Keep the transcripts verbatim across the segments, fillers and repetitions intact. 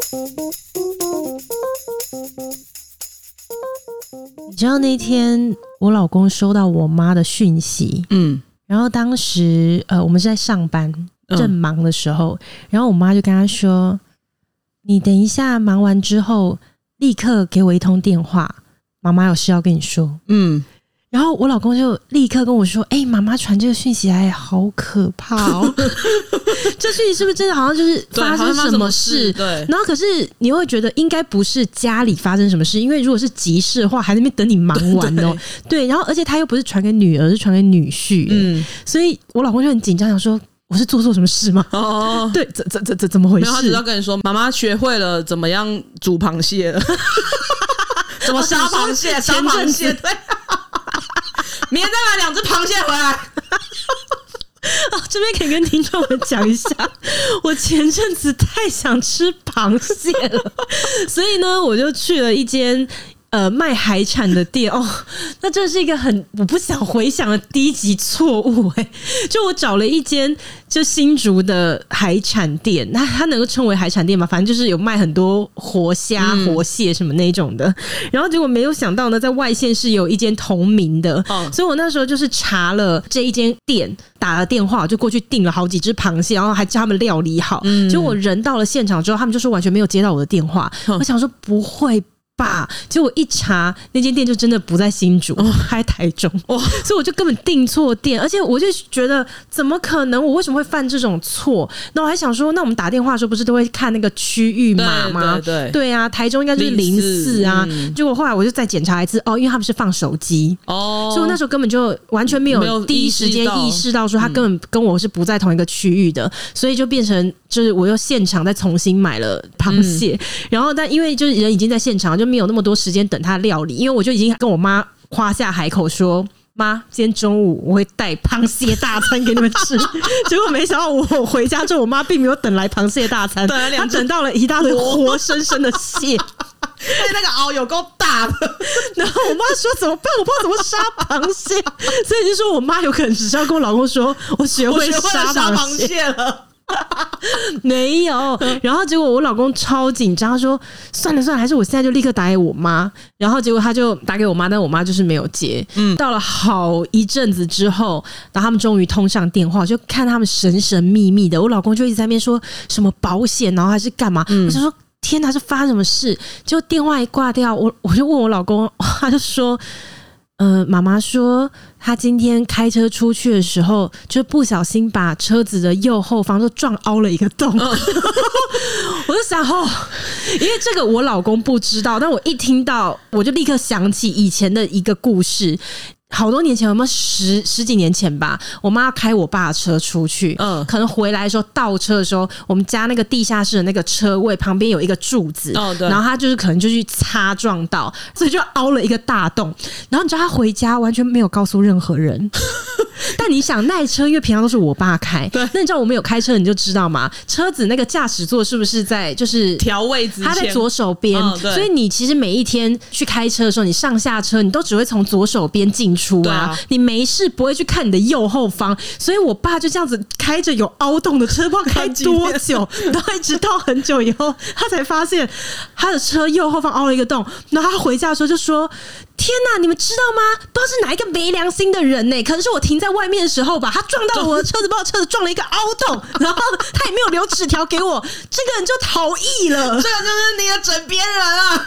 你知道那天我老公收到我妈的讯息，嗯，然后当时呃我们是在上班正忙的时候，嗯、然后我妈就跟他说：“你等一下忙完之后，立刻给我一通电话，妈妈有事要跟你说。”嗯。然后我老公就立刻跟我说：“哎、欸，妈妈传这个讯息来，好可怕哦！这讯息是不是真的？好像就是发生什么事？对。然后可是你会觉得应该不是家里发生什么事，因为如果是急事的话，还在那边等你忙完哦。对。然后而且他又不是传给女儿，是传给女婿。嗯。所以我老公就很紧张，想说我是做错什么事吗？哦，对，怎怎怎怎怎么回事？ 没有，他只要跟你说，妈妈学会了怎么样煮螃蟹了，怎么杀螃蟹，杀螃蟹，对。”明天再买两只螃蟹回来。 哦，这边可以跟听众们讲一下，我前阵子太想吃螃蟹了，所以呢，我就去了一间呃卖海产的店。哦，那这是一个很我不想回想的低级错误哎、欸！就我找了一间就新竹的海产店，那它能够称为海产店吗？反正就是有卖很多活虾、嗯、活蟹什么那种的。然后结果没有想到呢，在外县市有一间同名的，哦、所以我那时候就是查了这一间店，打了电话就过去订了好几只螃蟹，然后还叫他们料理好。嗯、结果我人到了现场之后，他们就说完全没有接到我的电话。嗯、我想说不会吧，结果一查那间店就真的不在新竹，哦、还在台中，哦、所以我就根本订错店，而且我就觉得怎么可能，我为什么会犯这种错？那我还想说，那我们打电话的时候不是都会看那个区域码吗？对对对，对啊，台中应该就是零四啊。嗯、结果后来我就再检查一次，哦，因为他们是放手机哦，所以我那时候根本就完全没有第一时间意识到说他根本跟我是不在同一个区域的，嗯、所以就变成就是我又现场再重新买了螃蟹，嗯、然后但因为就是人已经在现场，就没有那么多时间等他料理，因为我就已经跟我妈夸下海口说，妈，今天中午我会带螃蟹大餐给你们吃。结果没想到我回家之后，我妈并没有等来螃蟹大餐，她等到了一大堆活生生的蟹。 因为那个螯有够大的， 然后我妈说怎么办？我不知道怎么杀螃蟹，所以就说我妈有可能只是要跟我老公说，我学会杀螃蟹了。没有，然后结果我老公超紧张，他说算了算了，还是我现在就立刻打给我妈。然后结果他就打给我妈，但我妈就是没有接。嗯，到了好一阵子之后，然后他们终于通上电话，就看他们神神秘秘的，我老公就一直在那边说什么保险，然后还是干嘛？嗯、我就说天哪，是发生什么事？结果电话一挂掉，我我就问我老公，他就说。呃，妈妈说她今天开车出去的时候，就不小心把车子的右后方就撞凹了一个洞。嗯、我就想哦，因为这个我老公不知道，但我一听到，我就立刻想起以前的一个故事。好多年前，有没有十十几年前吧？我妈开我爸的车出去，嗯，可能回来的时候倒车的时候，我们家那个地下室的那个车位旁边有一个柱子，哦，对，然后他就是可能就去擦撞到，所以就凹了一个大洞。然后你知道他回家完全没有告诉任何人。但你想，那车因为平常都是我爸开，对，那你知道我们有开车，你就知道嘛，车子那个驾驶座是不是在就是调位置， 他在左手边，哦，所以你其实每一天去开车的时候，你上下车你都只会从左手边进出啊，啊你没事不会去看你的右后方，所以我爸就这样子开着有凹洞的车，不知道开多久，然后一直到很久以后，他才发现他的车右后方凹了一个洞，然后他回家的时候就说。天哪，你们知道吗？不知道是哪一个没良心的人呢、欸？可能是我停在外面的时候吧，他撞到我的车子，把我车子撞了一个凹洞，然后他也没有留纸条给我，这个人就逃逸了。 这个就是你的枕边人啊！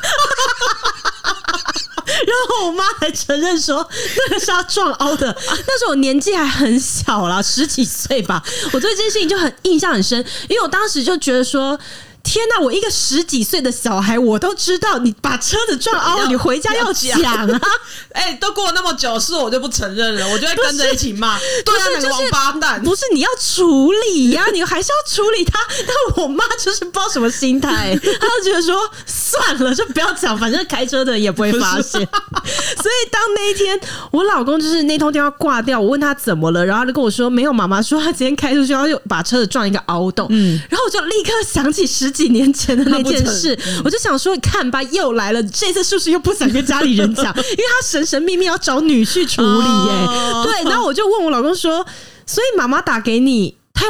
然后我妈还承认说那个是他撞凹的，那时候我年纪还很小啦，十几岁吧。我对这件事情就很印象很深，因为我当时就觉得说。天哪！我一个十几岁的小孩，我都知道你把车子撞凹，你回家要讲啊！ 哎、欸，都过了那么久，是我就不承认了，我就会跟着一起骂。对啊，那个王八蛋！ 不是你要处理呀、啊，你还是要处理他。但我妈就是不知道什么心态，她就觉得说算了，就不要讲，反正开车的人也不会发现。所以当那一天我老公就是那通电话挂掉，我问他怎么了，然后他就跟我说没有，妈妈说他今天开出去，然后又把车子撞一个凹洞。嗯，然后我就立刻想起十几年前的那件事，我就想说，看吧，又来了，这次是不是又不想跟家里人讲？因为他神神秘秘要找女婿处理耶、欸。对，然后我就问我老公说，所以妈妈打给你，他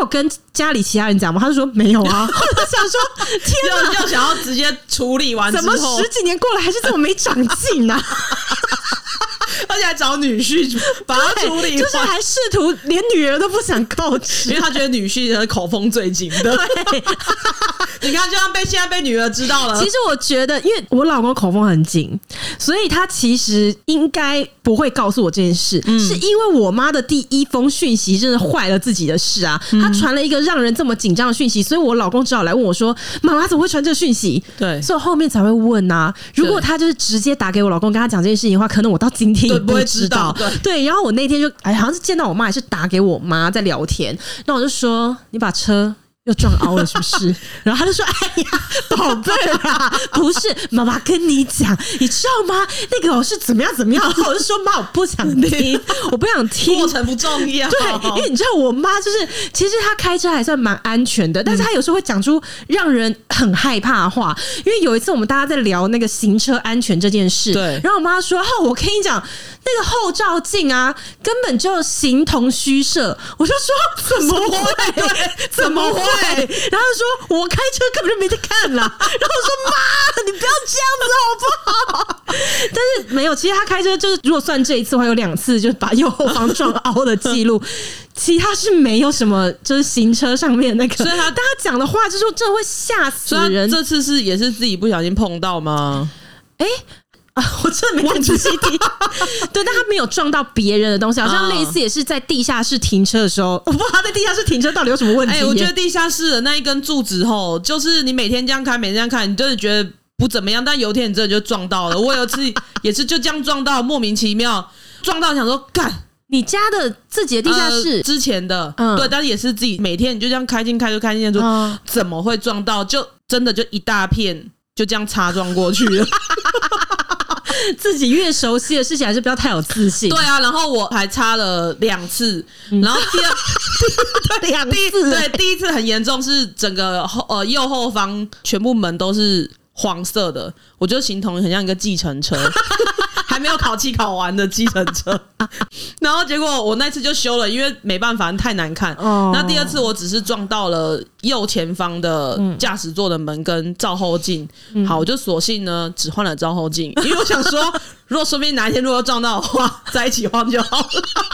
有跟家里其他人讲吗？他就说没有啊。我就想说，天哪， 又想要直接处理完之后， 怎么十几年过来还是这么没长进啊？ 而且还找女婿把他处理完， 就是还试图连女儿都不想告知， 因为他觉得女婿的口风最紧的。你看，就像被现在被女儿知道了。 其实我觉得，因为我老公口风很紧，所以他其实应该不会告诉我这件事，嗯、是因为我妈的第一封讯息真的坏了自己的事啊。嗯、他传了一个让人这么紧张的讯息，所以我老公只好来问我说：“妈妈怎么会传这个讯息？”对，所以我后面才会问啊。如果他就是直接打给我老公跟他讲这件事情的话，可能我到今天也不会知道。对, 对，然后我那天就哎，好像是见到我妈，还是打给我妈在聊天，那我就说：“你把车又撞凹了是不是？”然后他就说：“哎呀，宝贝啊，不是，妈妈跟你讲，你知道吗？那个我是怎么样怎么样。”我就说：“妈，我不想听，我不想听， 过程不重要。” 对，因为你知道我妈就是，其实她开车还算蛮安全的，但是她有时候会讲出让人很害怕的话。因为有一次我们大家在聊那个行车安全这件事，对，然后我妈说：“哦，我跟你讲，那个后照镜啊，根本就形同虚设。”我就说：“怎么会？对，怎么会？”然后说：“我开车根本就没在看啦。”然后我说：“妈，你不要这样子好不好？”但是没有，其实他开车就是，如果算这一次的话，有两次就是把右后方撞凹的记录。其他是没有什么，就是行车上面那个，所以他大家讲的话，就是真的会吓死人。 这次是也是自己不小心碰到吗？ 哎、欸。啊，我真的没看仔细听，对，但他没有撞到别人的东西，好像类似也是在地下室停车的时候，我不知道他在地下室停车到底有什么问题。哎、 欸，我觉得地下室的那一根柱子吼，就是你每天这样开，每天这样开，你真的觉得不怎么样，但有一天你真的就撞到了。我有一次也是就这样撞到，莫名其妙撞到，想说干。 你家的自己的地下室、 呃、之前的、嗯、对，但是也是自己每天你就这样开进开出开进出、嗯，怎么会撞到？就真的就一大片就这样擦撞过去了。 自己越熟悉的事情还是不要太有自信。 对啊，然后我还擦了两次，然后第二两次， 对，第一次很严重，是整个后呃右后方全部门都是黄色的，我就形同很像一个计程车。还没有考期考完的计程车，然后结果我那次就修了，因为没办法太难看。哦、那第二次我只是撞到了右前方的驾驶座的门跟照后镜、嗯，好，我就索性呢只换了照后镜，因为我想说，如果说不定哪一天如果撞到的话，在一起换就好了。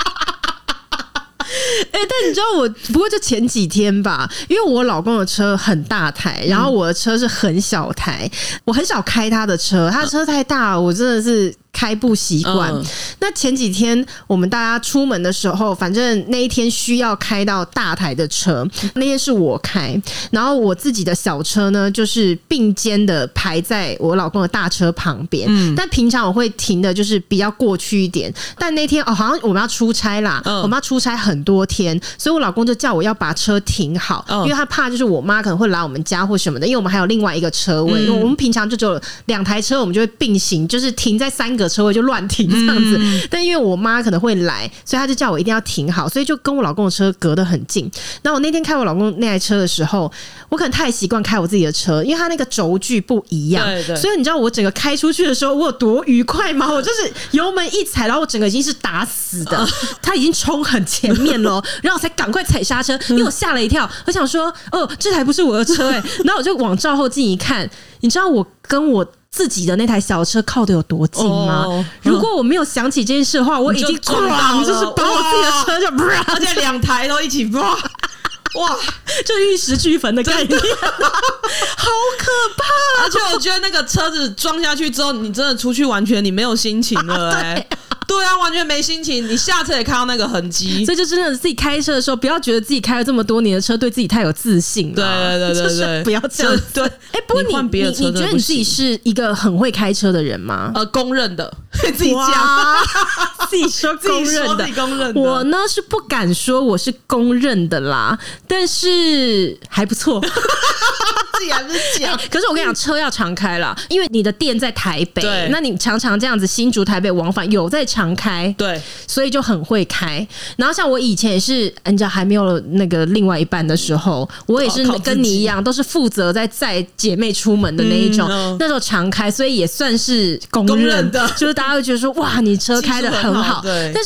哎、欸，但你知道我不过就前几天吧，因为我老公的车很大台，然后我的车是很小台，我很少开他的车，他的车太大了，我真的是开不习惯、嗯。那前几天我们大家出门的时候，反正那一天需要开到大台的车，那天是我开，然后我自己的小车呢，就是并肩的排在我老公的大车旁边、嗯。但平常我会停的就是比较过去一点，但那天哦，好像我们要出差啦，嗯、我们要出差很多天，所以我老公就叫我要把车停好，嗯、因为他怕就是我妈可能会来我们家或什么的，因为我们还有另外一个车位，嗯、因为我们平常就只有两台车，我们就会并行，就是停在三个车位就乱停这样子、嗯。但因为我妈可能会来，所以他就叫我一定要停好，所以就跟我老公的车隔得很近。然后我那天开我老公那台车的时候，我可能太习惯开我自己的车，因为他那个轴距不一样，对对，所以你知道我整个开出去的时候我有多愉快吗？我就是油门一踩，然后我整个已经是打死的，他已经冲很前面了，然后我才赶快踩刹车，因为我吓了一跳，我想说哦，这台不是我的车哎、欸，然后我就往照后镜一看，你知道我跟我自己的那台小车靠得有多近吗？哦、如果我没有想起这件事的话，我已经哐，就是把我自己的车就， 而且两台都一起哇哇， 就玉石俱焚的概念，好可怕！ 而且我觉得那个车子撞下去之后，你真的出去完全你没有心情了哎、欸。对啊，完全没心情。你下车也看到那个痕迹， 所以就真的自己开车的时候，不要觉得自己开了这么多年的车，对自己太有自信了。 对对对对对， 就是不要这样。 对， 哎，不过你你你你觉得你自己是一个很会开车的人吗？ 呃，公认的，自己讲， 自己说公认的， 自己公认的。 我呢是不敢说我是公认的啦，但是还不错。 自己还不是讲、 欸，可是我跟你讲，车要常开啦，因为你的店在台北，对，那你常常这样子新竹台北往返，有在常开， 对， 所以就很会开。然后像我以前也是，人家还没有那个另外一半的时候，我也是跟你一样，都是负责在载姐妹出门的那一种、嗯，那时候常开，所以也算是公认， 公认的， 就是大家会觉得说，哇，你车开得很好， 对。 但是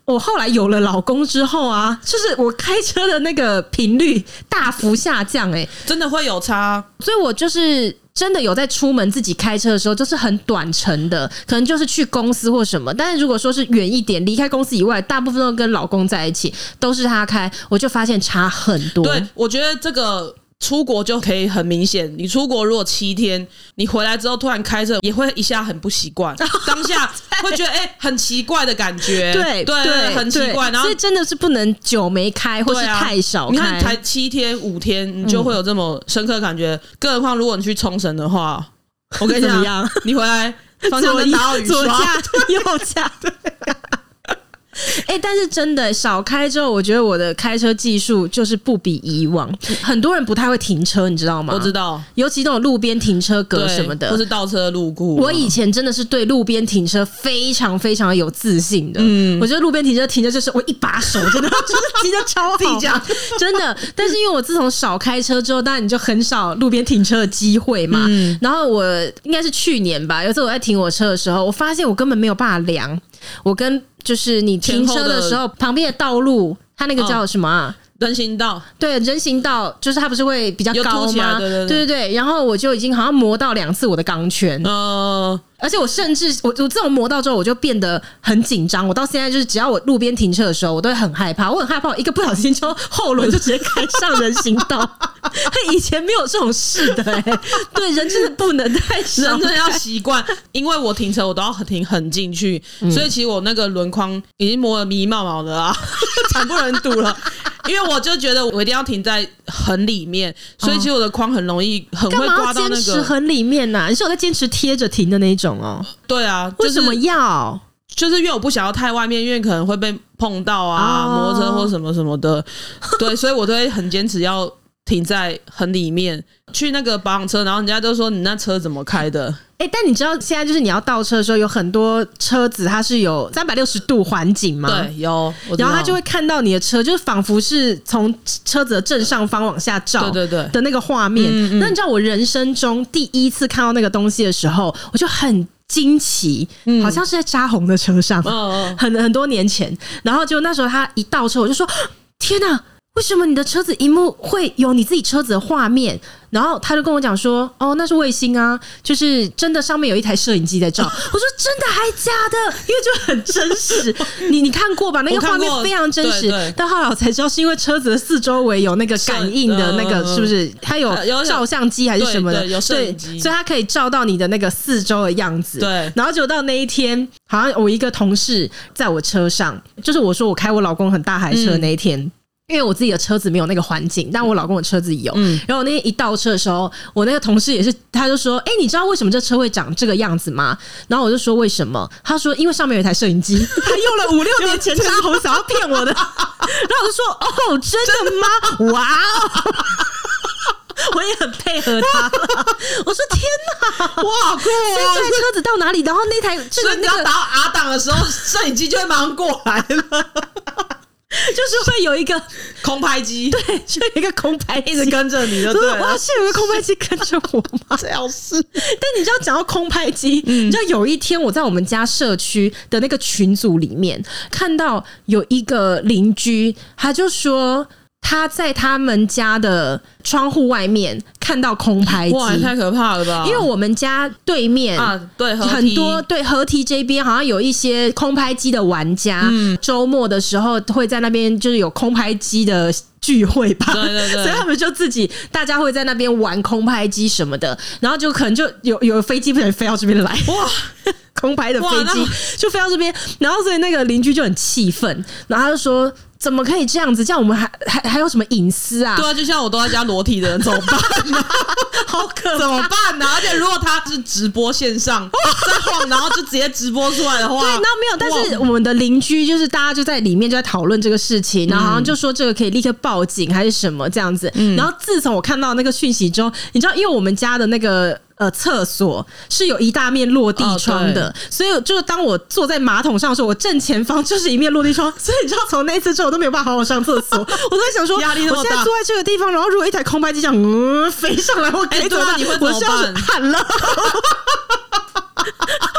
我后来有了老公之后啊，就是我开车的那个频率大幅下降、欸，哎， 真的会有差。 所以我就是真的有在出门自己开车的时候，就是很短程的，可能就是去公司或什么。但是如果说是远一点，离开公司以外，大部分都跟老公在一起，都是他开，我就发现差很多。 对，我觉得这个。出国就可以很明显，你出国如果七天，你回来之后突然开车，也会一下很不习惯，当下会觉得哎、欸、很奇怪的感觉， 对对对，很奇怪。然后所以真的是不能久没开，或是太少开。 你看才七天五天，你就会有这么深刻的感觉。嗯、更何况如果你去冲绳的话，我跟你讲，你回来方向灯打到雨刷， 左驾右驾，对。哎、欸，但是真的少开之后，我觉得我的开车技术就是不比以往。很多人不太会停车，你知道吗？ 我知道， 尤其那种路边停车格什么的， 或是倒车入库。 我以前真的是对路边停车非常非常有自信的。嗯，我觉得路边停车停的就是我一把手，真的就是骑的超好，自己讲真的。但是因为我自从少开车之后，当然你就很少路边停车的机会嘛。嗯、然后我应该是去年吧，有一次我在停我车的时候，我发现我根本没有办法量，我跟就是你停车的时候，旁边的道路，它那个叫什么啊？ 人行道， 对，人行道就是它不是会比较高吗？ 对对 对, 对对对。然后我就已经好像磨到两次我的钢圈，呃，而且我甚至我我这种磨到之后，我就变得很紧张。我到现在就是只要我路边停车的时候，我都会很害怕，我很害怕我一个不小心就后轮就直接开上人行道。以前没有这种事的、欸，对，人真的不能太少， 人真的要习惯。因为我停车我都要停很进去，嗯、所以其实我那个轮框已经磨得迷毛毛的啦，惨不忍睹了。因为我就觉得我一定要停在很里面，所以其实我的框很容易很会刮到那个。干嘛要坚持很里面啊？你是有在坚持贴着停的那一种哦？ 对啊， 为什么要？ 就是因为我不想要太外面，因为可能会被碰到啊，哦、摩托车或什么什么的。对，所以我都会很坚持要停在很里面。去那个保养车，然后人家都说你那车怎么开的？ 哎、欸，但你知道现在就是你要倒车的时候，有很多车子它是有三百六十度环景吗？ 对，有。 然后它就会看到你的车，就是仿佛是从车子的正上方往下照， 对对对的那个画面。嗯嗯那你知道我人生中第一次看到那个东西的时候，我就很惊奇，嗯、好像是在扎红的车上，嗯、很很多年前。然后就那时候他一倒车，我就说：天哪！为什么你的车子萤幕会有你自己车子的画面？然后他就跟我讲说：“哦，那是卫星啊，就是真的上面有一台摄影机在照。”我说：“真的还假的？”因为就很真实，你你看过吧？那个画面非常真实。但后来我才知道，是因为车子的四周围有那个感应的那个，是不是？它有照相机还是什么的？ 对，有摄影机， 所以它可以照到你的那个四周的样子。 对。 然后就到那一天，好像我一个同事在我车上，就是我说我开我老公很大台车的那一天。嗯因为我自己的车子没有那个环境，但我老公的车子有。嗯、然后我那天一倒车的时候，我那个同事也是，他就说：“哎、欸，你知道为什么这车会长这个样子吗？”然后我就说：“为什么？”他说：“因为上面有一台摄影机，他用了五六年前扎红想要骗我的。”然后我就说：“哦，真的吗？哇哦！”我也很配合他了，我说天哪， 哇酷！ 所以这台车子到哪里？然后那台这个你要打 R 档的时候，摄影机就会马上过来了。 就是会有一个空拍机， 对，就有一个空拍机一直跟着你就对了。 哇，是有一个空拍机跟着我吗？ 最好是。 但你知道讲到空拍机，嗯、你知道有一天我在我们家社区的那个群组里面看到有一个邻居，他就说他在他们家的窗户外面看到空拍机， 哇，太可怕了吧！ 因为我们家对面啊，对， 很多对河堤这边好像有一些空拍机的玩家，嗯、周末的时候会在那边就是有空拍机的聚会吧， 对对对， 所以他们就自己大家会在那边玩空拍机什么的，然后就可能就有有飞机不小心飞到这边来，哇！空拍的飞机就飞到这边，然后所以那个邻居就很气愤，然后他就说。怎么可以这样子？这样我们还还还有什么隐私啊？ 对啊，就像我都在家裸体的人怎么办呢、啊？ 好可怕， 怎么办呢、啊？而且如果他是直播线上在晃，然后就直接直播出来的话， 对，那没有。但是我们的邻居就是大家就在里面就在讨论这个事情，然后好像就说这个可以立刻报警还是什么这样子。嗯、然后自从我看到那个讯息之后，你知道，因为我们家的那个。呃，厕所是有一大面落地窗的，哦、所以就是当我坐在马桶上的时候，我正前方就是一面落地窗，所以你知道，从那一次之后，我都没有办法好好上厕所。我都在想说， 压力那么大， 我现在坐在这个地方，然后如果一台空拍机这样嗯飞上来，我该怎么办？ 欸、对啊，你会怎么办？ 我是要喊了。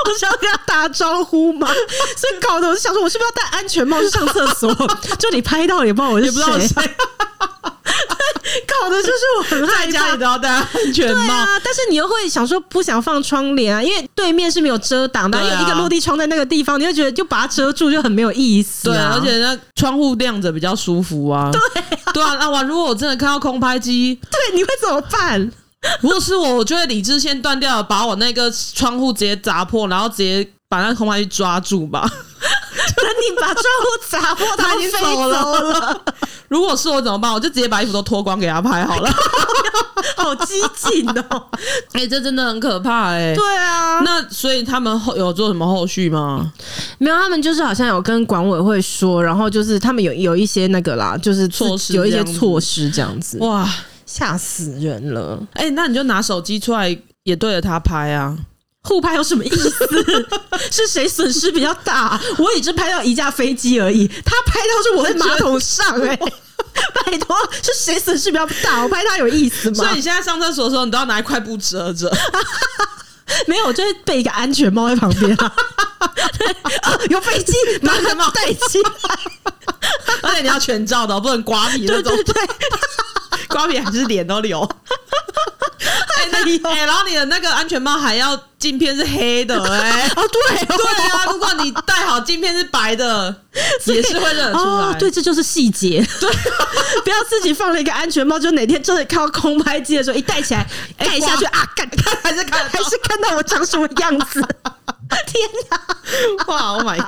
我是要跟他打招呼吗？所以搞得我就想说，我是不是要戴安全帽去上厕所？就你拍到也不知道我是谁， 也不知道谁。 搞的就是我很害怕， 在家里都要戴安全帽。 对啊，但是你又会想说不想放窗帘啊，因为对面是没有遮挡的，因为一个落地窗在那个地方，你会觉得就把它遮住就很没有意思、啊。 对，而且那窗户亮着比较舒服啊。 对啊， 对啊，那完如果我真的看到空拍机， 对，你会怎么办？ 如果是我，我就会理智线断掉，把我那个窗户直接砸破，然后直接把那个空拍机抓住吧。 那你把窗户砸破，它已经飞走了。 如果是我怎么办？我就直接把衣服都脱光给他拍好了。 好激进哦！ 哎、欸，这真的很可怕哎、欸。 对啊， 那所以他们后有做什么后续吗？ 没有，他们就是好像有跟管委会说，然后就是他们有有一些那个啦，就是措施， 有一些措施这样子。 哇， 吓死人了！ 哎、欸，那你就拿手机出来，也对着他拍啊。 互拍有什么意思？是谁损失比较大？我也只拍到一架飞机而已，他拍到是我在马桶上哎、欸，拜托，是谁损失比较大？我拍他有意思吗？ 所以你现在上厕所的时候，你都要拿一块布遮着。 没有，我就会备一个安全帽在旁边啊。啊有飞机，把安全帽戴起来， 而且你要全罩的，不能刮皮那种。 对对对， 刮皮还是脸都流。哎、欸，那哎、欸，然后你的那个安全帽还要镜片是黑的哎、欸， 哦对哦对啊，如果你戴好镜片是白的，也是会认得出来、 哦。对，这就是细节。对，不要自己放了一个安全帽，就哪天真的看到空拍机的时候，一戴起来盖下去、欸、啊，干还是看还是看到我长什么样子。天哪！ 哇 ，Oh my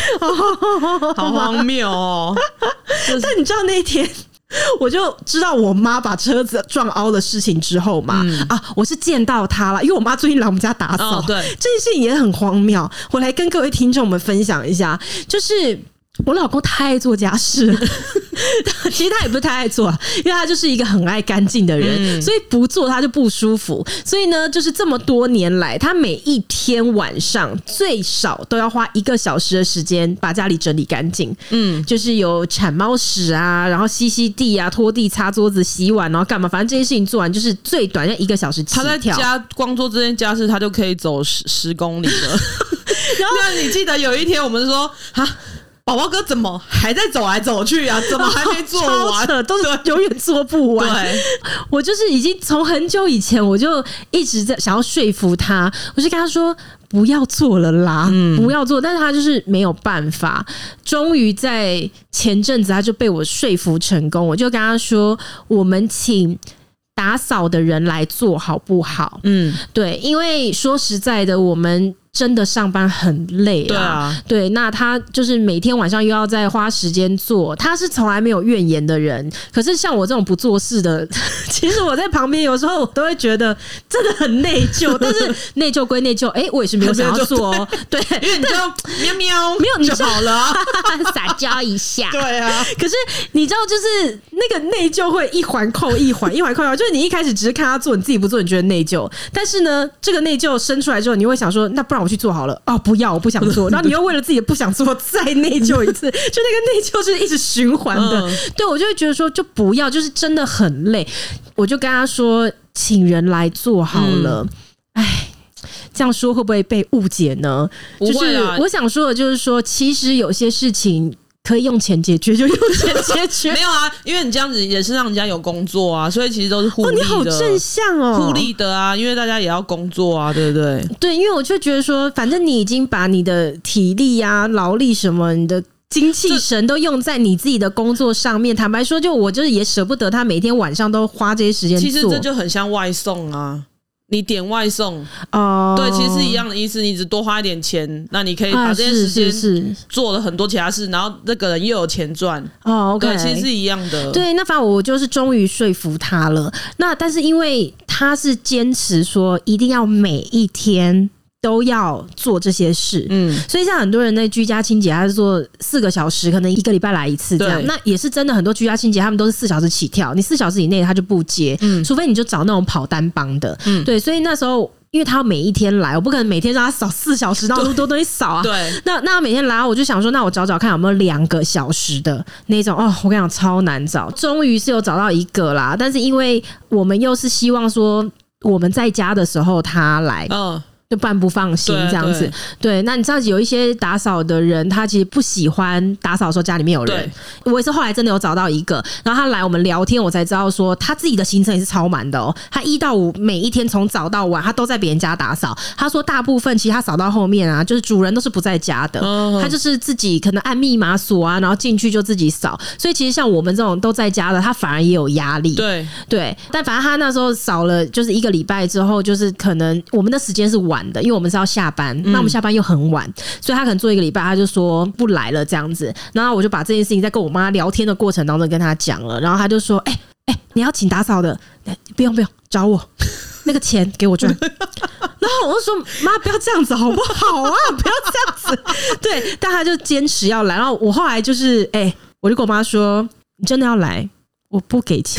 god， 好荒谬哦！ 但你知道那天。我就知道我妈把车子撞凹的事情之后嘛、嗯、啊，我是见到她了，因为我妈最近来我们家打扫、 哦、对， 这件事情也很荒谬，我来跟各位听众们分享一下，就是我老公太爱做家事了其实他也不是太爱做，因为他就是一个很爱干净的人、嗯、所以不做他就不舒服，所以呢就是这么多年来他每一天晚上最少都要花一个小时的时间把家里整理干净，嗯，就是有铲猫屎啊，然后吸吸地啊，拖地擦桌子洗碗，然后干嘛，反正这些事情做完就是最短要一个小时起跳。他在家光做这件家事他就可以走十十公里了然后那你记得有一天我们说哈宝宝哥怎么还在走来走去啊？怎么还没做完？ 超扯，都是永远做不完。对，我就是已经从很久以前我就一直在想要说服他，我就跟他说不要做了啦，嗯、不要做。但是他就是没有办法。终于在前阵子他就被我说服成功，我就跟他说，我们请打扫的人来做好不好？嗯，对，因为说实在的，我们真的上班很累啊，对啊，对，那他就是每天晚上又要再花时间做，他是从来没有怨言的人。可是像我这种不做事的，其实我在旁边有时候我都会觉得真的很内疚，但是内疚归内疚，哎、欸，我也是没有想要做哦，对， 因为你就喵喵没有你就好了、啊， 撒娇一下， 对啊。 可是你知道，就是那个内疚会一环扣一环，一环扣一环，就是你一开始只是看他做，你自己不做，你觉得内疚，但是呢，这个内疚生出来之后，你会想说，那不然我去做好了。哦，不要，我不想做。然后你又为了自己的不想做再内疚一次，就那个内疚就是一直循环的。嗯、对，我就会觉得说，就不要，就是真的很累。我就跟他说，请人来做好了。哎、嗯，这样说会不会被误解呢？就是我想说的，就是说，其实有些事情。可以用钱解决就用钱解决没有啊，因为你这样子也是让人家有工作啊，所以其实都是互利的。哦， 你好正向哦， 互利的啊，因为大家也要工作啊，对不对？ 对，因为我就觉得说，反正你已经把你的体力啊、劳力什么，你的精气神都用在你自己的工作上面。坦白说，就我就是也舍不得他每天晚上都花这些时间做。 其实这就很像外送啊。你点外送哦，对，其实是一样的意思。你只多花一点钱，那你可以把这件时间做了很多其他事，然后那个人又有钱赚哦。OK， 对，其实是一样的。 对，那反正我就是终于说服他了。那但是因为他是坚持说一定要每一天都要做这些事，嗯，所以像很多人在居家清洁，他是做四个小时，可能一个礼拜来一次这样。那也是真的，很多居家清洁他们都是四小时起跳，你四小时以内他就不接，嗯，除非你就找那种跑单帮的，嗯，对。所以那时候因为他每一天来，我不可能每天让他扫四小时，然后那么多东西扫啊，对。那那他每天来，我就想说，那我找找看有没有两个小时的那种哦。我跟你讲，超难找，终于是有找到一个啦。但是因为我们又是希望说我们在家的时候他来，嗯。 就不然不放心这样子。对, 对，那你知道有一些打扫的人，他其实不喜欢打扫的时候家里面有人。我也是后来真的有找到一个，然后他来我们聊天，我才知道说他自己的行程也是超满的哦。他一到五每一天从早到晚，他都在别人家打扫。他说大部分其实他扫到后面啊，就是主人都是不在家的，哦、他就是自己可能按密码锁啊，然后进去就自己扫。所以其实像我们这种都在家的，他反而也有压力。 对对，但反正他那时候扫了就是一个礼拜之后，就是可能我们的时间是晚的，因为我们是要下班，那我们下班又很晚，所以他可能做一个礼拜，他就说不来了这样子。然后我就把这件事情在跟我妈聊天的过程当中跟他讲了，然后他就说：“哎、欸、哎、欸，你要请打扫的，不用不用，找我，那个钱给我赚。”然后我就说：“妈，不要这样子好不好啊，不要这样子。”对，但他就坚持要来。然后我后来就是，哎、欸，我就跟我妈说：“你真的要来，我不给钱。”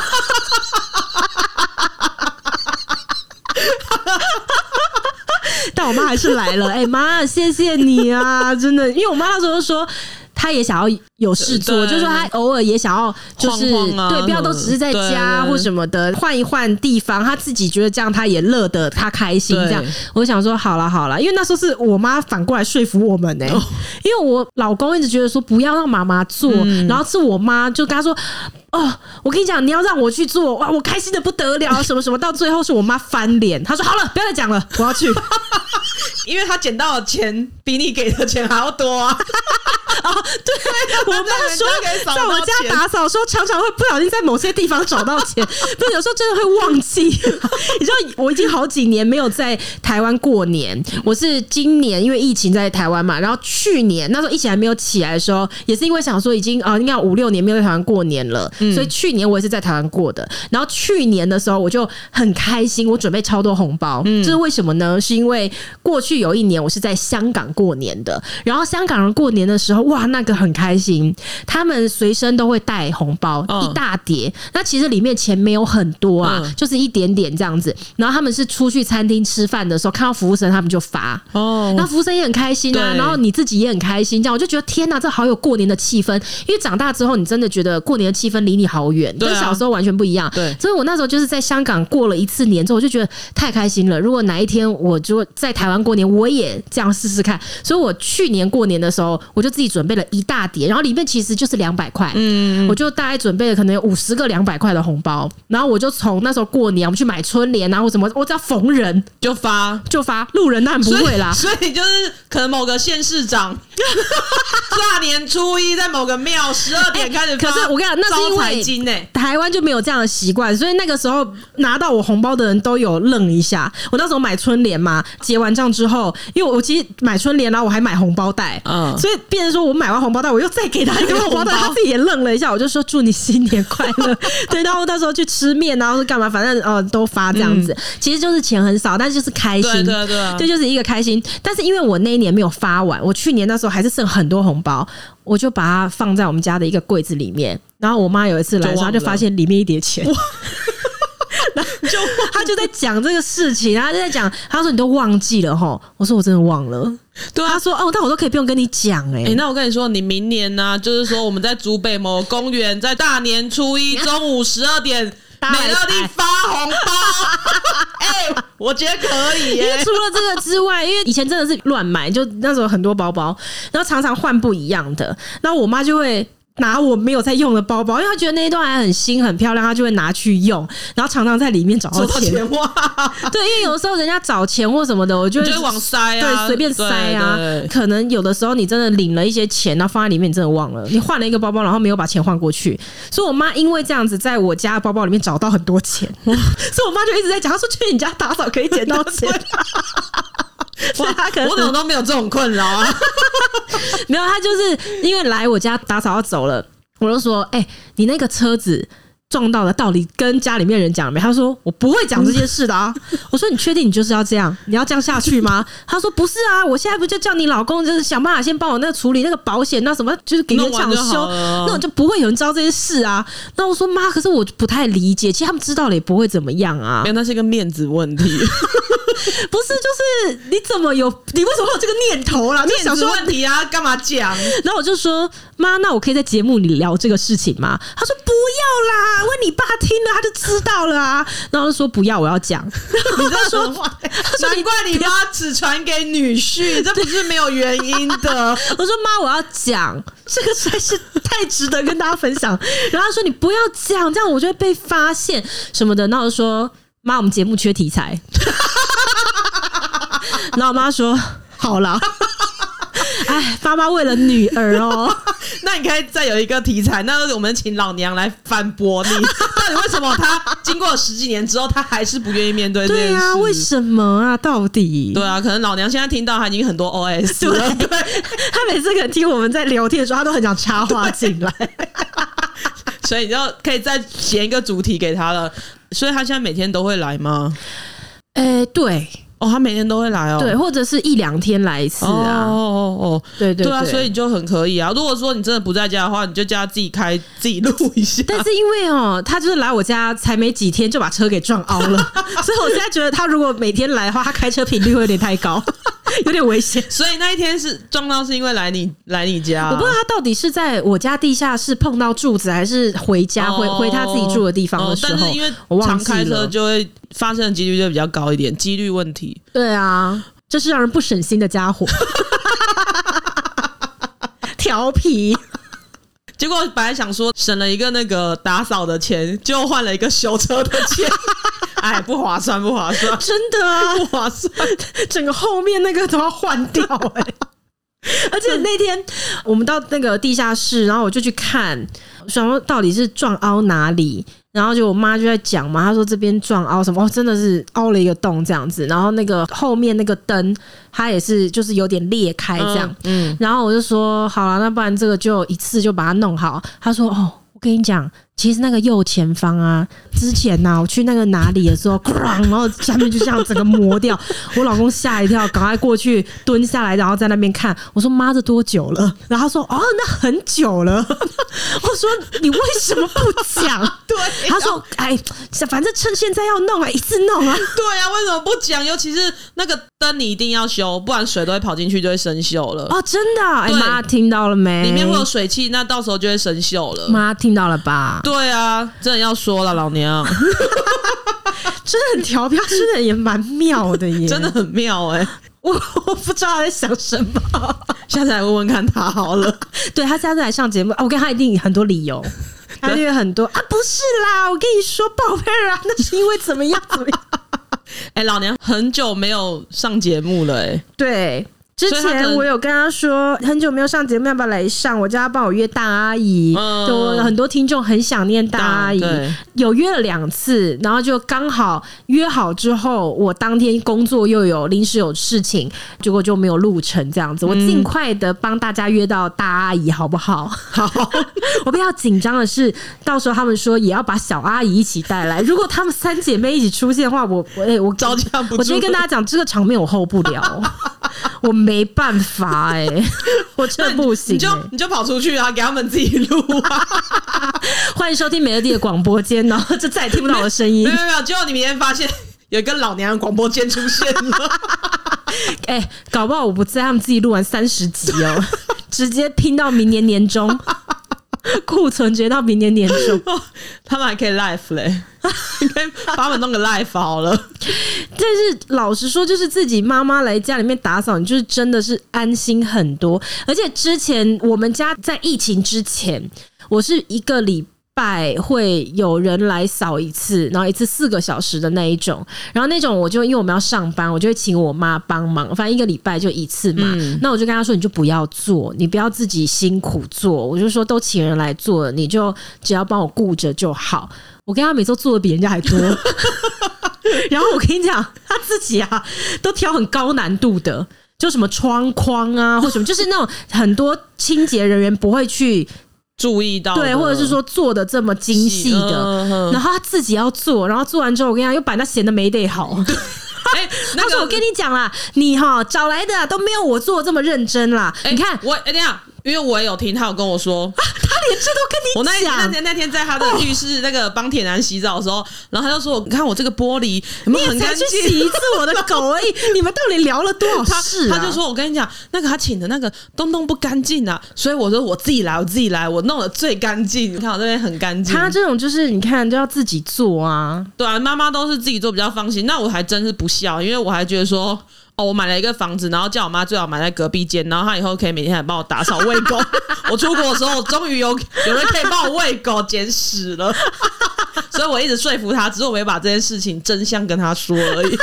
但我妈还是来了，哎、欸、妈，谢谢你啊，真的，因为我妈那时候就说。他也想要有事做，就是说他偶尔也想要，就是晃晃啊、 对，不要都只是在家或什么的，换一换地方，他自己觉得这样他也乐得，他开心这样。我想说好了好了，因为那时候是我妈反过来说服我们呢、欸，哦、因为我老公一直觉得说不要让妈妈做，嗯、然后是我妈就跟他说。哦，我跟你讲，你要让我去做，哇，我开心的不得了，什么什么，到最后是我妈翻脸，她说好了，不要再讲了，我要去， 因为她捡到的钱比你给的钱还要多啊。 哦，对，我妈说在我家打扫的时候，常常会不小心在某些地方找到钱，不是有时候真的会忘记。你知道，我已经好几年没有在台湾过年，我是今年因为疫情在台湾嘛，然后去年那时候疫情还没有起来的时候，也是因为想说已经啊、呃，应该五六年没有在台湾过年了。嗯、所以去年我也是在台湾过的，然后去年的时候我就很开心，我准备超多红包。嗯，这是为什么呢？是因为过去有一年我是在香港过年的，然后香港人过年的时候，哇，那个很开心，他们随身都会带红包、哦、一大叠，那其实里面钱没有很多啊，嗯、就是一点点这样子。然后他们是出去餐厅吃饭的时候，看到服务生他们就发，哦，那服务生也很开心啊，然后你自己也很开心，这样我就觉得天哪，这好有过年的气氛。因为长大之后，你真的觉得过年的气氛离你好远，跟小时候完全不一样。对，所以我那时候就是在香港过了一次年之后，我就觉得太开心了。如果哪一天我就在台湾过年，我也这样试试看。所以我去年过年的时候，我就自己准备了一大叠，然后里面其实就是两百块，嗯，我就大概准备了可能有五十个两百块的红包，然后我就从那时候过年，我们去买春联啊或什么，我只要逢人就发就发，路人当然不会啦。 所以, 所以就是可能某个县市长大年初一在某个庙十二点开始发、欸， 可是我跟你讲，那是因为欸、 台湾就没有这样的习惯，所以那个时候拿到我红包的人都有愣一下。我那时候买春联嘛，结完账之后，因为我其实买春联，然后我还买红包袋，嗯，所以变成说我买完红包袋，我又再给他一个红包袋，他自己也愣了一下，我就说祝你新年快乐。对，然后那时候去吃面，然后是干嘛，反正呃都发这样子、嗯，其实就是钱很少，但是就是开心， 对对对、啊， 对，就是一个开心。但是因为我那一年没有发完，我去年那时候还是剩很多红包，我就把它放在我们家的一个柜子里面。然后我妈有一次来的时候，她就发现里面一叠钱，然后就她就在讲这个事情，然后就在讲，她说你都忘记了齁，我说我真的忘了。对、啊，他说哦，但我都可以不用跟你讲哎、欸欸。那我跟你说，你明年呢、啊，就是说我们在竹北某公园，在大年初一中午十二点，美乐蒂发红包。哎、欸，我觉得可以耶、欸。 因为除了这个之外，因为以前真的是乱买，就那时候很多包包，然后常常换不一样的，然后我妈就会拿我没有在用的包包，因为他觉得那一段还很新很漂亮，他就会拿去用，然后常常在里面找到钱。 哇， 对，因为有的时候人家找钱或什么的，我就会往塞啊， 对，随便塞啊。对对对，可能有的时候你真的领了一些钱，然后放在里面，你真的忘了，你换了一个包包，然后没有把钱换过去，所以我妈因为这样子，在我家的包包里面找到很多钱，所以我妈就一直在讲，她说去你家打扫可以捡到钱。 哇，我怎么都没有这种困扰啊？ 没有，他就是因为来我家打扫要走了，我就说：“哎、欸，你那个车子撞到了，到底跟家里面人讲没？”他说：“我不会讲这件事的啊。”我说：“你确定你就是要这样？你要这样下去吗？”他说：“不是啊，我现在不就叫你老公就是想办法先帮我那个处理那个保险，那什么就是给人抢修，那我就不会有人知道这些事啊。”那我说：“妈，可是我不太理解，其实他们知道了也不会怎么样啊。” 因为那是一个面子问题。 不是，就是你怎么有？你为什么会有这个念头啦？ 面子问题啊，干嘛讲？ 然后我就说：“妈，那我可以在节目里聊这个事情吗？”他说：“不要啦，问你爸听了他就知知道了啊。然后就说不要，我要讲。 你这说话，难怪你妈只传给女婿，这不是没有原因的。 我说妈，我要讲，这个实在是太值得跟大家分享。然后他说你不要讲，这样我就会被发现什么的。然后我就说妈，我们节目缺题材。然后我妈说好啦。哎，妈妈为了女儿哦， 那你可以再有一个题材，那我们请老娘来反驳你，到底为什么她经过十几年之后，她还是不愿意面对这件事？ 对啊，为什么啊？到底？ 对啊，可能老娘现在听到她已经很多 O S 了。对， 她每次可能听我们在聊天的时候，她都很想插话进来， 所以你就可以再写一个主题给她了。所以她现在每天都会来吗？ 哎、欸，对。 哦，他每天都会来哦， 对，或者是一两天来一次啊， 哦哦哦， 对对对, 对啊，所以你就很可以啊。如果说你真的不在家的话，你就叫他自己开自己录一下。 但是因为哦，他就是来我家才没几天就把车给撞凹了，所以我现在觉得他如果每天来的话，他开车频率会有点太高，有点危险。 所以那一天是撞到是因为来你来你家、啊， 我不知道他到底是在我家地下室碰到柱子，还是回家、哦、回回他自己住的地方的时候。哦、 但是因为常开车就会发生的几率就比较高一点，几率问题。 对啊。这是让人不省心的家伙，调皮。 结果本来想说省了一个那个打扫的钱，就换了一个修车的钱，哎，不划算，不划算， 真的啊， 不划算， 整个后面那个都要换掉哎、欸。而且那天我们到那个地下室，然后我就去看，想说到底是撞凹哪里。然后就我妈就在讲嘛，她说这边撞凹什么，哦，真的是凹了一个洞这样子。然后那个后面那个灯，它也是就是有点裂开这样。嗯，嗯然后我就说好了，那不然这个就一次就把它弄好。她说哦，我跟你讲，其实那个右前方啊，之前呐、啊、我去那个哪里的时候，然后下面就这样整个磨掉。我老公吓一跳，赶快过去蹲下来，然后在那边看。我说妈，这多久了？然后他说哦，那很久了。我说你为什么不讲？ 对， 他说哎，反正趁现在要弄啊，一次弄啊。 对啊，为什么不讲？尤其是那个灯你一定要修，不然水都会跑进去，就会生锈了。 哦，真的、啊？哎妈，听到了没？ 里面会有水汽，那到时候就会生锈了。 妈，听到了吧？ 对啊，真的要说了，老娘真的很调皮，真的也蛮妙的耶， 真的很妙哎、欸！ 我我不知道他在想什么， 下次来问问看他好了。 对他下次来上节目，我跟他一定很多理由，他一定有很多啊，不是啦，我跟你说，宝贝儿啊，那是因为怎么样怎么样。 哎、欸，老娘很久没有上节目了哎、欸， 对。之前我有跟他说很久没有上节目，要不要来上？我叫他帮我约大阿姨，嗯、就很多听众很想念大阿姨，有约了两次，然后就刚好约好之后，我当天工作又有临时有事情，结果就没有录成这样子。我尽快的帮大家约到大阿姨，好不好？好。我比较紧张的是，到时候他们说也要把小阿姨一起带来，如果他们三姐妹一起出现的话，我我、欸、我招架不住。 我直接跟大家讲，这个场面我 hold 不了。我没办法哎、欸，我真的不行、欸， 你就你就跑出去啊，给他们自己录啊！ 欢迎收听美乐蒂的广播间，然后就再也听不到我的声音。 没有没有，结果你明天发现有一个老娘的广播间出现了。 哎、欸，搞不好我不在，他们自己录完三十集哦，直接拼到明年年中。库存直接到明年年中， 他们还可以 live 嘞，你可以把他们弄个 live 好了。 但是老实说，就是自己妈妈来家里面打扫，你就是真的是安心很多。而且之前我们家在疫情之前，我是一个礼拜会有人来扫一次，然后一次四个小时的那一种。然后那种我就因为我们要上班，我就会请我妈帮忙，反正一个礼拜就一次嘛。嗯、那我就跟她说，你就不要做，你不要自己辛苦做。我就说都请人来做，你就只要帮我顾着就好。我跟她每次做的比人家还多。然后我跟你讲，她自己啊都挑很高难度的，就什么窗框啊或什么，就是那种很多清洁人员不会去注意到， 对，或者是说做的这么精细的，嗯、然后他自己要做，然后做完之后，我跟你讲，又把那闲的没得好。哎、欸，那个、他说我跟你讲啦，你哈找来的都没有我做的这么认真啦。欸、你看我，哎、欸，等一下， 因为我也有听，他有跟我说， 啊、他连这都跟你讲。 我那那天那天在他的浴室那个帮铁男洗澡的时候，然后他就说：“你看我这个玻璃有没有很干净？” 你也才去洗一次我的狗而已，你们到底聊了多少事、啊？ 他, 他就说：“我跟你讲，那个他请的那个东东不干净啊，所以我说我自己来，我自己来，我弄得最干净。你看我这边很干净。” 他这种就是你看就要自己做啊， 对啊，妈妈都是自己做比较放心。那我还真是不孝，因为我还觉得说。哦，我买了一个房子，然后叫我妈最好买在隔壁间，然后她以后可以每天来帮我打扫喂狗。我出国的时候，终于有有人可以帮我喂狗捡屎了，所以我一直说服她，只是我没把这件事情真相跟她说而已。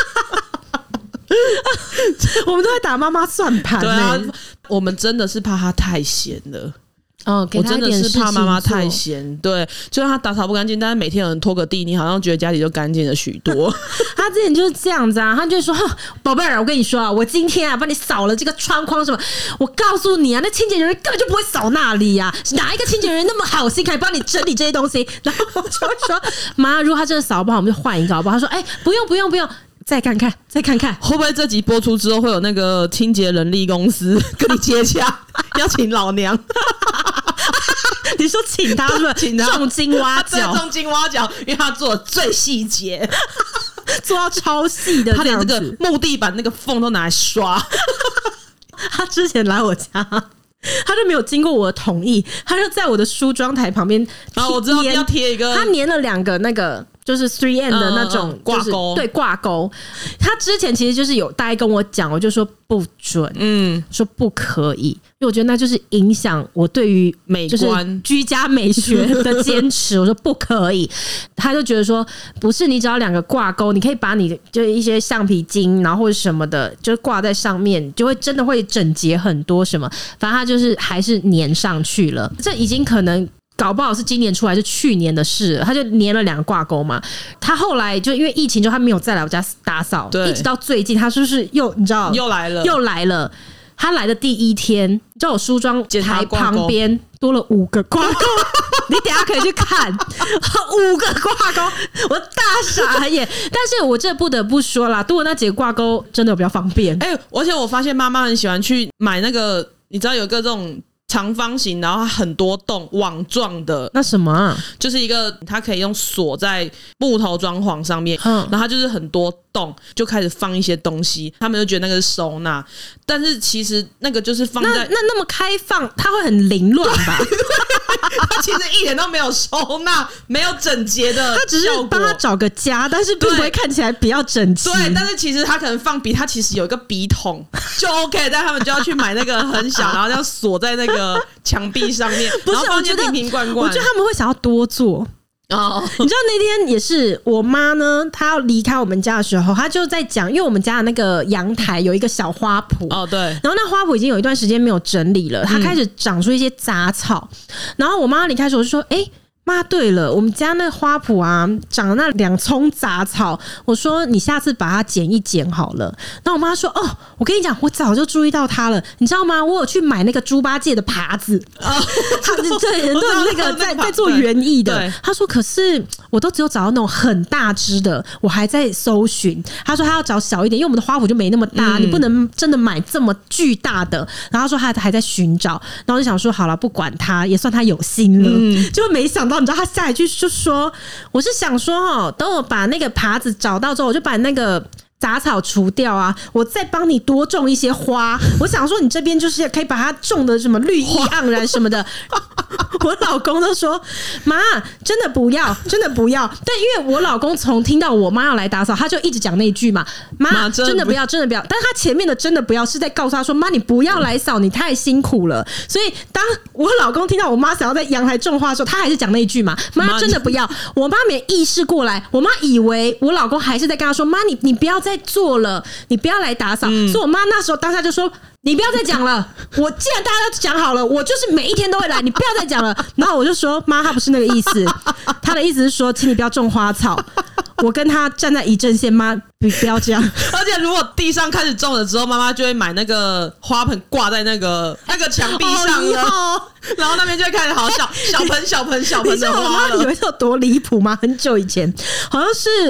我们都在打妈妈算盘、欸，对啊， 我们真的是怕她太闲了。 哦，给他我真的是怕妈妈太闲，对，就算他打扫不干净，但是每天有人拖个地，你好像觉得家里就干净了许多。 他之前就是这样子啊，他就说：“宝贝儿，我跟你说啊，我今天啊帮你扫了这个窗框什么，我告诉你啊，那清洁人员根本就不会扫那里啊，哪一个清洁人员那么好心，可以帮你整理这些东西？”然后我就会说：“妈，如果他真的扫不好，我们就换一个好不好？”他说：“哎、欸，不用不用不用。”再看看，再看看， 会不会这集播出之后会有那个清洁人力公司跟你接洽，要请老娘？ 你说请他是不是？请他重金挖角， 重金挖角，因为他做的最细节， 做到超细的， 他连这个木地板那个缝都拿来刷。 他之前来我家。他就没有经过我的同意，他就在我的梳妆台旁边， 然后我知道要贴一个， 他粘了两个那个就是 three N 的那种挂钩， 对挂钩。他之前其实就是有大概跟我讲，我就说不准，嗯，说不可以，因为我觉得那就是影响我对于美观、 居家美学的坚持。我说不可以，他就觉得说不是你只要两个挂钩，你可以把你就一些橡皮筋，然后或者什么的，就挂在上面，就会真的会整洁很多。什么，反正他就是还是粘上去了，这已经可能。搞不好是今年出来是去年的事了，他就粘了两个挂钩嘛。他后来就因为疫情，就他没有再来我家打扫，一直到最近，他是不是又你知道又来了， 又来了？他来的第一天，你知道我梳妆台旁边多了五个挂钩，你等一下可以去看，五个挂钩，我大傻眼。但是我这不得不说啦，多了那几个挂钩真的比较方便。 哎、欸，而且我发现妈妈很喜欢去买那个，你知道有一个这种。长方形，然后它很多洞，网状的。 那什么、啊？ 就是一个它可以用锁在木头装潢上面，嗯，然后它就是很多洞，就开始放一些东西，他们就觉得那个是收纳，但是其实那个就是放在那那那么开放，它会很凌乱吧？ 它其实一点都没有收纳，没有整洁的效果， 它只是帮他找个家，但是并不会看起来比较整齐。 对，但是其实它可能放笔，它其实有一个笔筒就 OK， 但他们就要去买那个很小，然后这样锁在那个墙壁上面， 不是， 然后放进瓶瓶罐罐。 我觉得他们会想要多做。哦，你知道那天也是我妈呢，她要离开我们家的时候，她就在讲，因为我们家的那个阳台有一个小花圃哦，对， 然后那花圃已经有一段时间没有整理了，它开始长出一些杂草，嗯、然后我妈离开的时候就说：“哎、欸。”妈，对了，我们家那花圃啊，长了那两丛杂草。我说你下次把它剪一剪好了。然后我妈说：“哦，我跟你讲，我早就注意到它了，你知道吗？我有去买那个猪八戒的耙子，哦、他对，都有那个在在做园艺的。”他说：“可是我都只有找到那种很大只的，我还在搜寻。”他说他要找小一点，因为我们的花圃就没那么大，嗯、你不能真的买这么巨大的。然后他说他还在寻找，然后我就想说好了，不管他，也算他有心了。嗯、就没想到。你知道他下一句就说：“我是想说哦，等我把那个耙子找到之后，我就把那个杂草除掉啊，我再帮你多种一些花。我想说你这边就是可以把它种的什么绿意盎然什么的。”我老公都说：“妈，真的不要，真的不要。”但因为我老公从听到我妈要来打扫，他就一直讲那句嘛：“妈，真的不要，真的不要。”但他前面的真的不要是在告诉他说：“妈，你不要来扫，你太辛苦了。”所以当我老公听到我妈想要在阳台种花的时候，他还是讲那一句嘛：“妈，真的不要。”我妈没意识过来，我妈以为我老公还是在跟他说：“妈，你你不要再做了，你不要来打扫。嗯”所以我妈那时候当下就说：“你不要再讲了，我既然大家都讲好了，我就是每一天都会来，你不要再讲了。”然后我就说：“妈，他不是那个意思，他的意思是说，请你不要种花草。”我跟他站在一阵线，妈，不不要这样。 而且如果地上开始种了之后，妈妈就会买那个花盆挂在那个那个墙壁上了，哦、然后那边就会开始好小小盆小盆小盆的花了。 你知道我妈有一次有多离谱吗？很久以前，好像是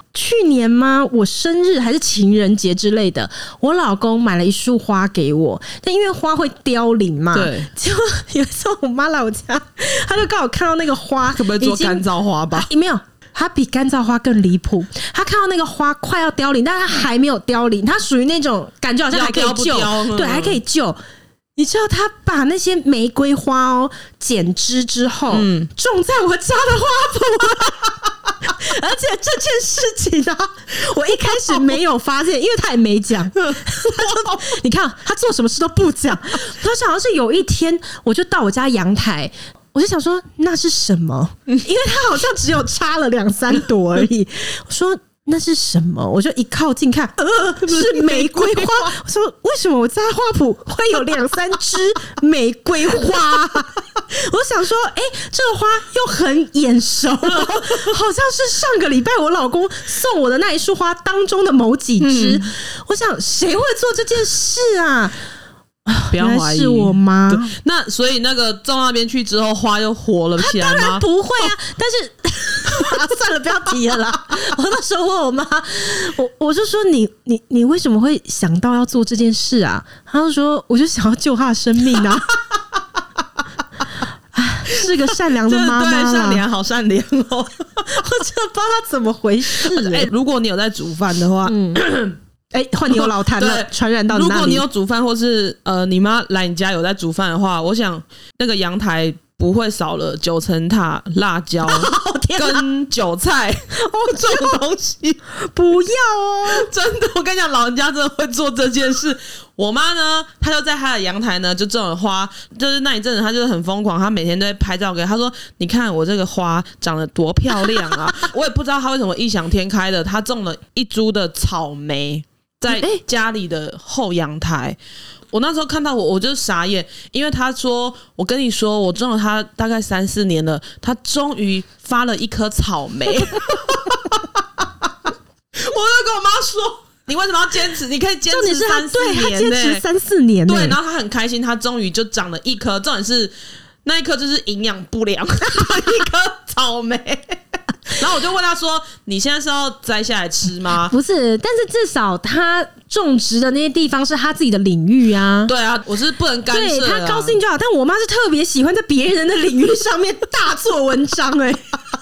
去年吗？我生日还是情人节之类的，我老公买了一束花给我，但因为花会凋零嘛， 对， 结果有一次我妈来我家，她就刚好看到那个花， 可不可以做干燥花吧？ 没有。他比干燥花更离谱，他看到那个花快要凋零，但是他还没有凋零，他属于那种感觉好像还可以救，对，还可以救。你知道他把那些玫瑰花哦剪枝之后，嗯，种在我家的花圃，而且这件事情呢、啊，我一开始没有发现，因为他也没讲。他就你看他做什么事都不讲，他好像是有一天我就到我家阳台。我就想说那是什么？因为它好像只有插了两三朵而已。我说那是什么？我就一靠近看，呃，是玫瑰花。我说为什么我家花圃会有两三枝玫瑰花？我想说，哎、欸，这个花又很眼熟，好像是上个礼拜我老公送我的那一束花当中的某几枝。嗯、我想谁会做这件事啊？ 不要怀疑是我妈。 那所以那个种那边去之后，花又活了起来吗？ 当然不会啊，但是、啊、算了，不要提了啦。我那时候问我妈，我我就说你你你为什么会想到要做这件事啊？她就说我就想要救她的生命啊。是个善良的妈妈， 对，善良，好善良哦！我真的不知道她怎么回事、欸。 哎、欸，如果你有在煮饭的话，嗯。 哎，换你有老痰了，传染到你那里。 如果你有煮饭，或是呃，你妈来你家有在煮饭的话，我想那个阳台不会少了九层塔、辣椒、哦、跟韭菜哦这种东西。 不要哦， 真的，我跟你讲，老人家真的会做这件事。我妈呢，她就在她的阳台呢，就种了花，就是那一阵子，她就是很疯狂，她每天都会拍照给她说：“你看我这个花长得多漂亮啊！”我也不知道她为什么异想天开的，她种了一株的草莓。在家里的后阳台，我那时候看到我，我就傻眼，因为他说：“我跟你说，我种了它大概三四年了，它终于发了一颗草莓。”我就跟我妈说：“你为什么要坚持？你可以坚持三四年、欸， 对，他坚持三四年、欸， 对。”然后他很开心，他终于就长了一颗，重点是那一颗就是营养不良的一颗草莓。然后我就问他说：“你现在是要摘下来吃吗？” 不是，但是至少他种植的那些地方是他自己的领域啊。 对啊，我是不能干涉、啊。 对，他高兴就好。但我妈是特别喜欢在别人的领域上面大做文章、欸。哎，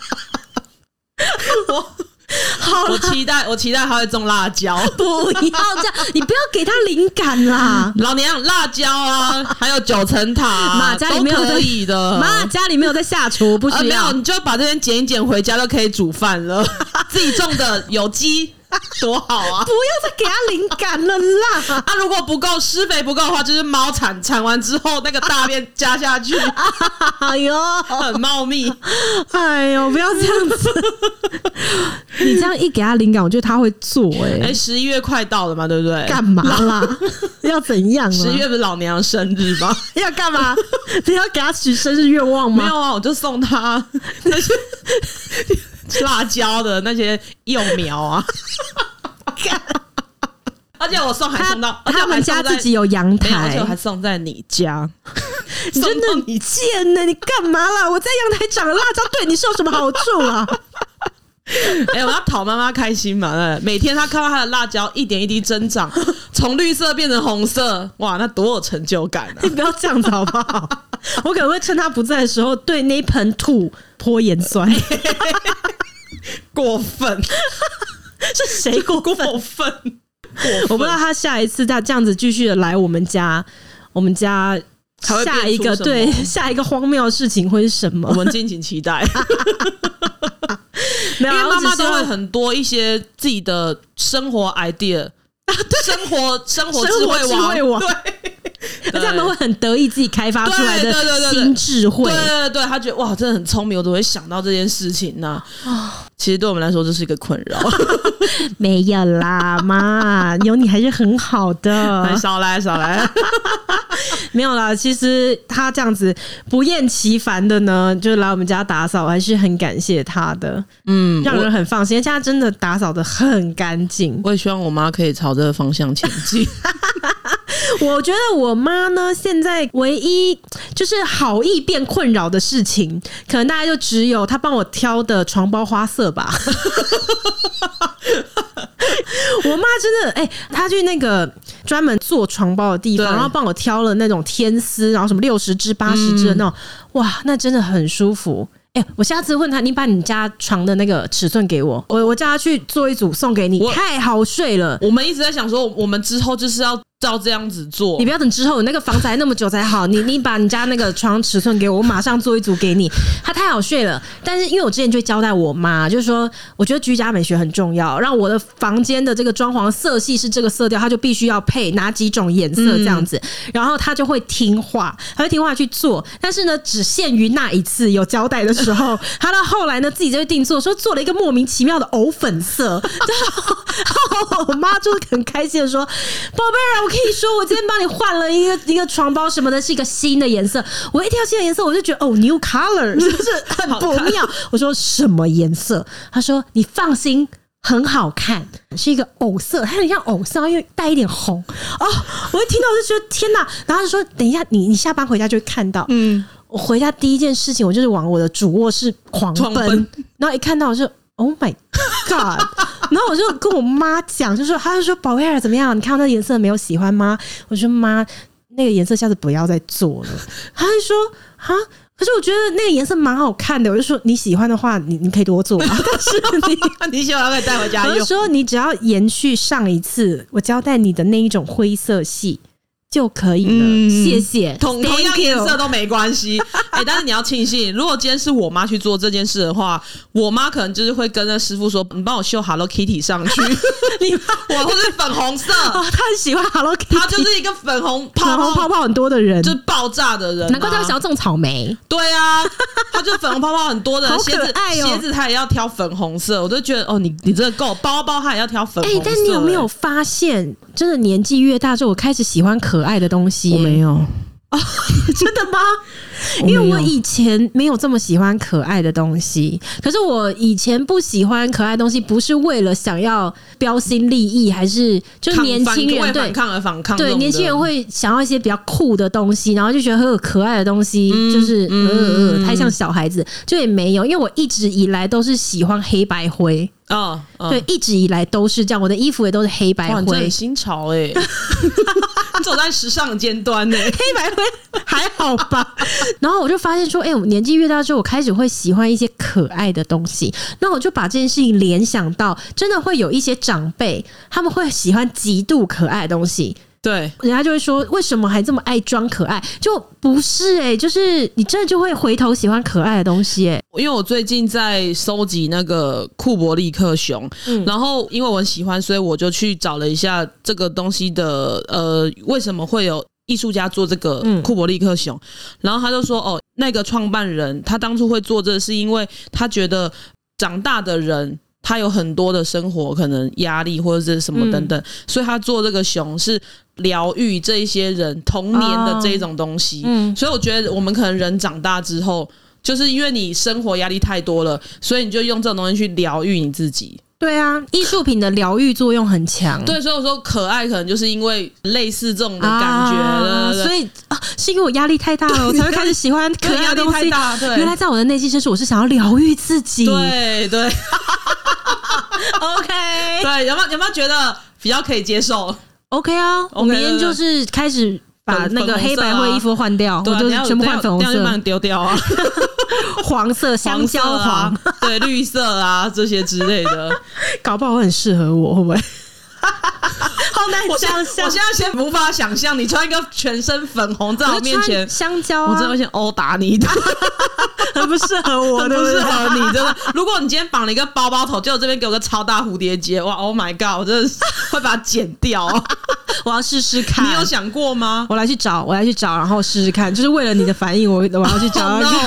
我。好，我期待，我期待他会种辣椒。 不要这样，你不要给他灵感啦。 老娘辣椒啊，还有九层塔、啊， 妈家里没有可以的。 妈家里没有在下厨，不需要。呃、 没有，你就把这边剪一剪回家就可以煮饭了。自己种的有机。多好啊！ 不要再给他灵感了啦！ 啊，如果不够施肥不够的话，就是猫产产完之后那个大便加下去， 哎呦， 很茂密。 哎呦，不要这样子！你这样一给他灵感，我觉得他会做、欸。哎， 哎，十一月快到了嘛，对不对？ 干嘛啦？要怎样、啊？ 十月不是老娘生日吗？ 要干嘛？你要给他许生日愿望吗？ 没有啊，我就送他那些。辣椒的那些幼苗啊，而且我送还送到， 他们家自己有阳台， 而且我还送在你家。 你真的你贱呢、欸！你干嘛啦？我在阳台长了辣椒，对你是有什么好处啊？ 哎、欸，我要讨妈妈开心嘛！每天她看到她的辣椒一点一滴增长，从绿色变成红色，哇，那多有成就感啊！ 你不要这样子好不好？我可能会趁她不在的时候对那盆土泼盐酸。 过分， 是谁过分？ 过分， 我不知道他下一次他这样子继续的来我们家，我们家下一个对下一个荒谬的事情会是什么？ 我们敬请期待。 没有， 因为妈妈都会很多一些自己的生活 idea， 生活生活智慧王，对。 而且他们会很得意自己开发出来的新智慧， 对对 对, 对, 对, 对，他觉得哇，真的很聪明，我怎么会想到这件事情呢、啊？其实对我们来说，这是一个困扰。 没有啦，妈，有你还是很好的。 少来少来， 没有啦。其实他这样子不厌其烦的呢，就来我们家打扫，我还是很感谢他的。嗯，让人很放心。而且他真的打扫的很干净。 我也希望我妈可以朝这个方向前进。 我觉得我妈呢，现在唯一就是好意变困扰的事情，可能大概就只有她帮我挑的床包花色吧。我妈真的，哎、欸，她去那个专门做床包的地方，然后帮我挑了那种天丝，然后什么六十支、八十支的那种，嗯、哇，那真的很舒服。哎、欸，我下次问他，你把你家床的那个尺寸给我，我我叫他去做一组送给你，太好睡了。 我们一直在想说，我们之后就是要照这样子做。 你不要等之后，那个房子还那么久才好，你你把你家那个床尺寸给我，我马上做一组给你。它太好睡了，但是因为我之前就交代我妈，就是说，我觉得居家美学很重要，让我的房间的这个装潢色系是这个色调，它就必须要配哪几种颜色这样子，嗯、然后他就会听话，他会听话去做。但是呢，只限于那一次有交代的时候，他到后来呢自己就会定做，说做了一个莫名其妙的藕粉色，然后我妈就很开心的说：“宝贝儿，我可以说我今天帮你换了一个一个床包什么的，是一个新的颜色。”我一听到新的颜色，我就觉得哦 ，new color 是不是很不妙？我说什么颜色？他说你放心。很好看，是一个藕色，它很像藕色，因为带一点红哦。我一听到我就觉得天哪！然后他就说：“等一下，你你下班回家就会看到。”嗯，我回家第一件事情，我就是往我的主卧室狂奔，然后一看到我就 Oh my God！ 然后我就跟我妈讲，就说，她就说：“宝贝儿怎么样？你看到那颜色没有喜欢吗？”我说：“妈，那个颜色下次不要再做了。”她就说：“啊。”可是我觉得那个颜色蛮好看的，我就说你喜欢的话，你你可以多做啊。但是你你喜欢可以带回家用。 我就说你只要延续上一次我交代你的那一种灰色系就可以了，嗯、谢谢。 同同样颜色都没关系，哎、欸，但是你要庆幸，如果今天是我妈去做这件事的话，我妈可能就是会跟那师傅说：“你帮我绣 Hello Kitty 上去。”你我或是粉红色， 哦，他很喜欢 Hello Kitty， 他就是一个粉红泡泡泡泡很多的人， 就是爆炸的人、啊。 难怪他想要种草莓。 对啊，他就是粉红泡泡很多的人， 好可爱哦、 鞋子鞋子他也要挑粉红色，我就觉得哦，你你真的够，包包他也要挑粉红色、欸。 但你有没有发现，真的年纪越大之后，我开始喜欢可爱的东西、欸？ 我没有哦，真的吗？因为我以前没有这么喜欢可爱的东西，可是我以前不喜欢可爱的东西，不是为了想要标新立异，还是就是年轻人对反抗而反抗， 对年轻人会想要一些比较酷的东西，然后就觉得很有可爱的东西，嗯、就是呃呃太像小孩子，就也没有，因为我一直以来都是喜欢黑白灰。哦，哦对，一直以来都是这样，我的衣服也都是黑白灰， 哇，你真的很新潮哎、欸！你走在时尚的尖端呢、欸， 黑白灰还好吧？然后我就发现说，哎、欸，我年纪越大之后，我开始会喜欢一些可爱的东西。那我就把这件事情联想到，真的会有一些长辈，他们会喜欢极度可爱的东西。 对， 人家就会说，为什么还这么爱装可爱？就不是哎、欸，就是你真的就会回头喜欢可爱的东西哎、欸。 因为我最近在收集那个库伯利克熊、嗯，然后因为我很喜欢，所以我就去找了一下这个东西的呃，为什么会有艺术家做这个库伯利克熊、嗯？然后他就说，哦，那个创办人他当初会做这，是因为他觉得长大的人。他有很多的生活可能压力或者是什么等等、嗯，所以他做这个熊是疗愈这一些人童年的这一种东西、哦嗯。所以我觉得我们可能人长大之后，就是因为你生活压力太多了，所以你就用这种东西去疗愈你自己。 对啊，艺术品的疗愈作用很强。 对，所以我说可爱可能就是因为类似这种的感觉了、啊， 所以啊，是因为我压力太大了，我才会开始喜欢可爱的东西。 对， 原来在我的内心深处，我是想要疗愈自己。 对对 ，OK， 对，有没有有没有觉得比较可以接受 ？OK 啊， okay, 我明天就是开始把那个黑白灰衣服换掉， 对啊、 我就全部换粉红色， 这样就把你丢掉啊。 黄色、香蕉黄， 黄啊、对，绿色啊，这些之类的， 搞不好会很适合我，会不会？好难想象！ 我现在先无法想象你穿一个全身粉红在我面前， 香蕉、啊， 我真的会先殴打你的， 很不适合我， 很不适合你，真的。如果你今天绑了一个包包头，结果这边给我个超大蝴蝶结，哇 ！Oh my god！ 我真的是会把它剪掉。 我要试试看， 你有想过吗？ 我来去找，我来去找，然后试试看，就是为了你的反应，我我要去找。Oh, no.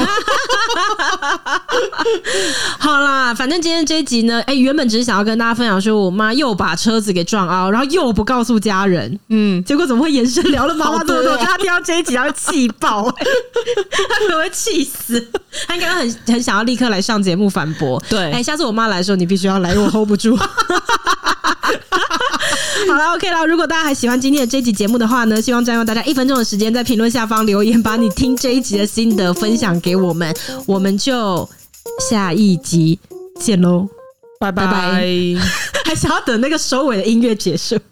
好啦，反正今天这一集呢，哎、欸，原本只是想要跟大家分享说，我妈又把车子给撞凹，然后又不告诉家人，嗯，结果怎么会延伸聊了妈妈这么多？我跟她听到这一集，她会气爆、欸，她可能会气死，她应该很很想要立刻来上节目反驳。 对， 哎、欸，下次我妈来的时候，你必须要来，我 hold 不住。 好了 ，OK 了。如果大家还喜欢今天的这一集节目的话呢，希望占用大家一分钟的时间，在评论下方留言，把你听这一集的心得分享给我们，我们就下一集见喽， 拜拜。 拜拜还想要等那个收尾的音乐结束。